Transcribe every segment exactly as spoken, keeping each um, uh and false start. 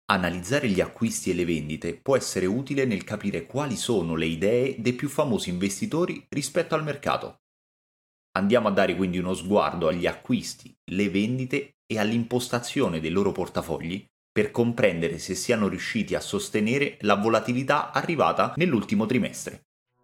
Analizzare gli acquisti e le vendite può essere utile nel capire quali sono le idee dei più famosi investitori rispetto al mercato. Andiamo a dare quindi uno sguardo agli acquisti, le vendite e all'impostazione dei loro portafogli per comprendere se siano riusciti a sostenere la volatilità arrivata nell'ultimo trimestre.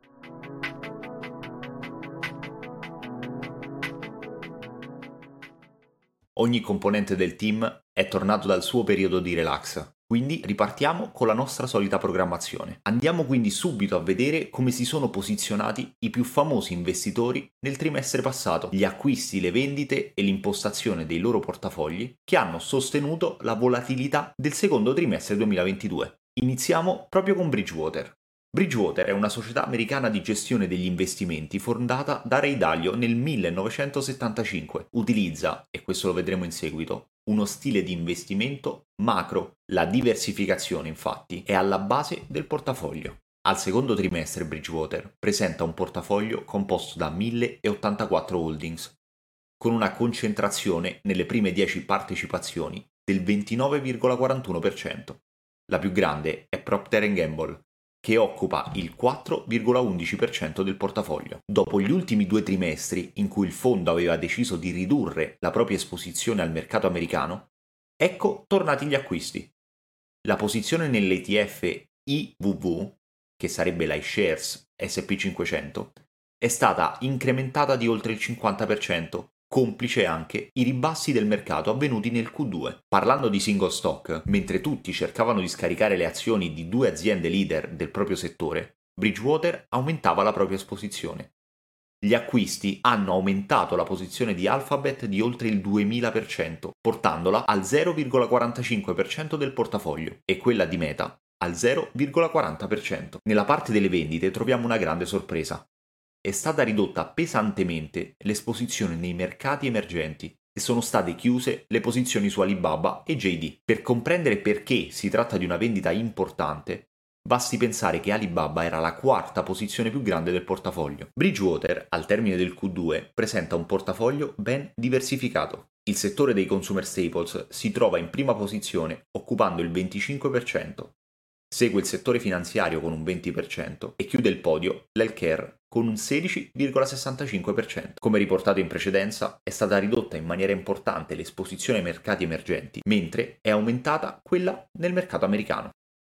Ogni componente del team è tornato dal suo periodo di relax, quindi ripartiamo con la nostra solita programmazione. Andiamo quindi subito a vedere come si sono posizionati i più famosi investitori nel trimestre passato, gli acquisti, le vendite e l'impostazione dei loro portafogli che hanno sostenuto la volatilità del secondo trimestre duemilaventidue. Iniziamo proprio con Bridgewater. Bridgewater è una società americana di gestione degli investimenti fondata da Ray Dalio nel millenovecentosettantacinque. Utilizza, e questo lo vedremo in seguito, uno stile di investimento macro. La diversificazione, infatti, è alla base del portafoglio. Al secondo trimestre Bridgewater presenta un portafoglio composto da mille ottantaquattro holdings, con una concentrazione nelle prime dieci partecipazioni del ventinove virgola quarantuno per cento. La più grande è Procter and Gamble, che occupa il quattro virgola undici per cento del portafoglio. Dopo gli ultimi due trimestri in cui il fondo aveva deciso di ridurre la propria esposizione al mercato americano, ecco tornati gli acquisti. La posizione nell'E T F I V V, che sarebbe l'iShares S and P cinquecento, è stata incrementata di oltre il cinquanta per cento, complice anche i ribassi del mercato avvenuti nel Q due. Parlando di single stock, mentre tutti cercavano di scaricare le azioni di due aziende leader del proprio settore, Bridgewater aumentava la propria esposizione. Gli acquisti hanno aumentato la posizione di Alphabet di oltre il duemila per cento, portandola al zero virgola quarantacinque per cento del portafoglio, e quella di Meta al zero virgola quaranta per cento. Nella parte delle vendite troviamo una grande sorpresa. È stata ridotta pesantemente l'esposizione nei mercati emergenti e sono state chiuse le posizioni su Alibaba e J D. Per comprendere perché si tratta di una vendita importante, basti pensare che Alibaba era la quarta posizione più grande del portafoglio. Bridgewater, al termine del Q due, presenta un portafoglio ben diversificato. Il settore dei consumer staples si trova in prima posizione, occupando il venticinque per cento. Segue il settore finanziario con un venti per cento e chiude il podio l'healthcare con un sedici virgola sessantacinque per cento. Come riportato in precedenza, è stata ridotta in maniera importante l'esposizione ai mercati emergenti, mentre è aumentata quella nel mercato americano.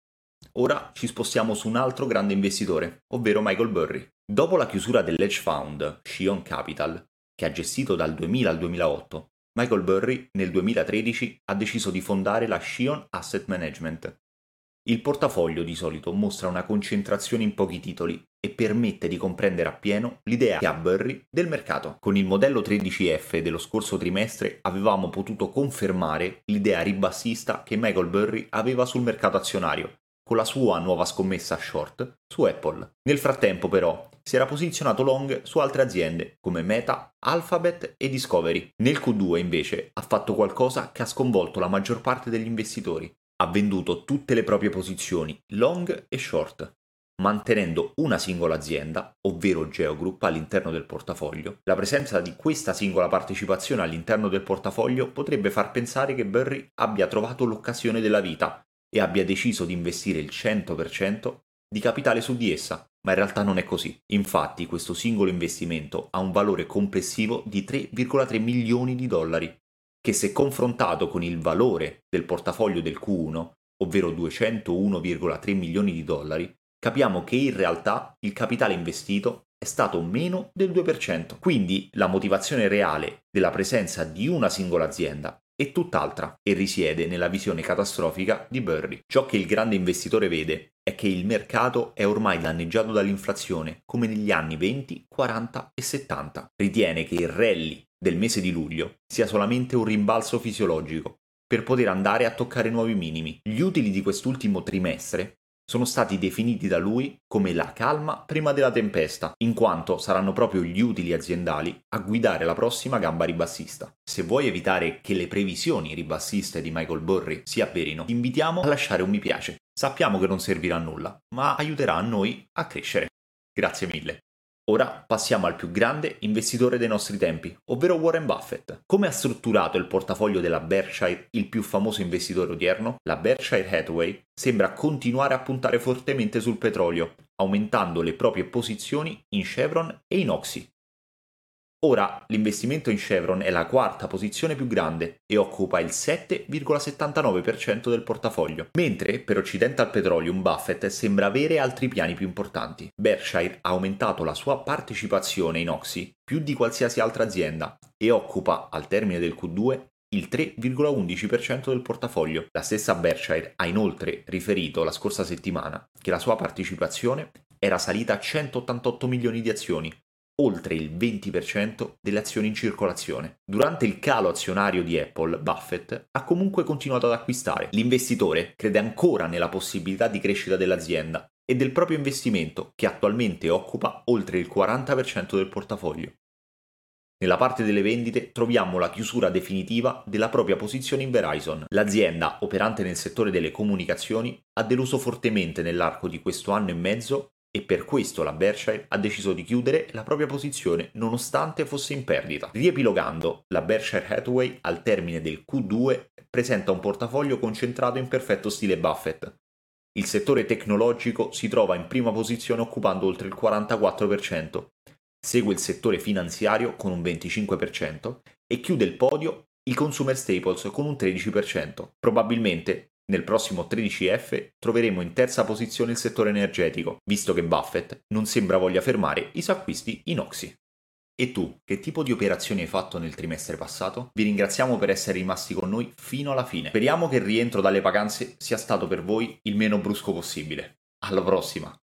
Ora ci spostiamo su un altro grande investitore, ovvero Michael Burry. Dopo la chiusura dell'hedge fund Shion Capital, che ha gestito dal duemila al duemilaotto, Michael Burry nel duemilatredici ha deciso di fondare la Shion Asset Management. Il portafoglio di solito mostra una concentrazione in pochi titoli e permette di comprendere appieno l'idea che ha Burry del mercato. Con il modello tredici F dello scorso trimestre avevamo potuto confermare l'idea ribassista che Michael Burry aveva sul mercato azionario, con la sua nuova scommessa short su Apple. Nel frattempo però si era posizionato long su altre aziende come Meta, Alphabet e Discovery. Nel Q due invece ha fatto qualcosa che ha sconvolto la maggior parte degli investitori. Ha venduto tutte le proprie posizioni, long e short, mantenendo una singola azienda, ovvero Geogroup, all'interno del portafoglio. La presenza di questa singola partecipazione all'interno del portafoglio potrebbe far pensare che Burry abbia trovato l'occasione della vita e abbia deciso di investire il cento per cento di capitale su di essa, ma in realtà non è così. Infatti questo singolo investimento ha un valore complessivo di tre virgola tre milioni di dollari, che se confrontato con il valore del portafoglio del Q uno, ovvero duecentouno virgola tre milioni di dollari, capiamo che in realtà il capitale investito è stato meno del due per cento. Quindi la motivazione reale della presenza di una singola azienda è tutt'altra e risiede nella visione catastrofica di Burry. Ciò che il grande investitore vede è che il mercato è ormai danneggiato dall'inflazione, come negli anni venti, quaranta e settanta. Ritiene che il rally del mese di luglio sia solamente un rimbalzo fisiologico per poter andare a toccare nuovi minimi. Gli utili di quest'ultimo trimestre sono stati definiti da lui come la calma prima della tempesta, in quanto saranno proprio gli utili aziendali a guidare la prossima gamba ribassista. Se vuoi evitare che le previsioni ribassiste di Michael Burry si avverino, ti invitiamo a lasciare un mi piace. Sappiamo che non servirà a nulla, ma aiuterà a noi a crescere. Grazie mille. Ora passiamo al più grande investitore dei nostri tempi, ovvero Warren Buffett. Come ha strutturato il portafoglio della Berkshire, il più famoso investitore odierno? La Berkshire Hathaway sembra continuare a puntare fortemente sul petrolio, aumentando le proprie posizioni in Chevron e in Oxy. Ora l'investimento in Chevron è la quarta posizione più grande e occupa il sette virgola settantanove per cento del portafoglio, mentre per Occidental Petroleum Buffett sembra avere altri piani più importanti. Berkshire ha aumentato la sua partecipazione in Oxy più di qualsiasi altra azienda e occupa, al termine del Q due, il tre virgola undici per cento del portafoglio. La stessa Berkshire ha inoltre riferito la scorsa settimana che la sua partecipazione era salita a centottantotto milioni di azioni, oltre il venti per cento delle azioni in circolazione. Durante il calo azionario di Apple, Buffett ha comunque continuato ad acquistare. L'investitore crede ancora nella possibilità di crescita dell'azienda e del proprio investimento, che attualmente occupa oltre il quaranta per cento del portafoglio. Nella parte delle vendite troviamo la chiusura definitiva della propria posizione in Verizon. L'azienda, operante nel settore delle comunicazioni, ha deluso fortemente nell'arco di questo anno e mezzo e per questo la Berkshire ha deciso di chiudere la propria posizione nonostante fosse in perdita. Riepilogando, la Berkshire Hathaway al termine del Q due presenta un portafoglio concentrato in perfetto stile Buffett. Il settore tecnologico si trova in prima posizione occupando oltre il quarantaquattro per cento, segue il settore finanziario con un venticinque per cento e chiude il podio il consumer staples con un tredici per cento. Probabilmente nel prossimo tredici F troveremo in terza posizione il settore energetico, visto che Buffett non sembra voglia fermare i suoi acquisti in Oxy. E tu, che tipo di operazioni hai fatto nel trimestre passato? Vi ringraziamo per essere rimasti con noi fino alla fine. Speriamo che il rientro dalle vacanze sia stato per voi il meno brusco possibile. Alla prossima!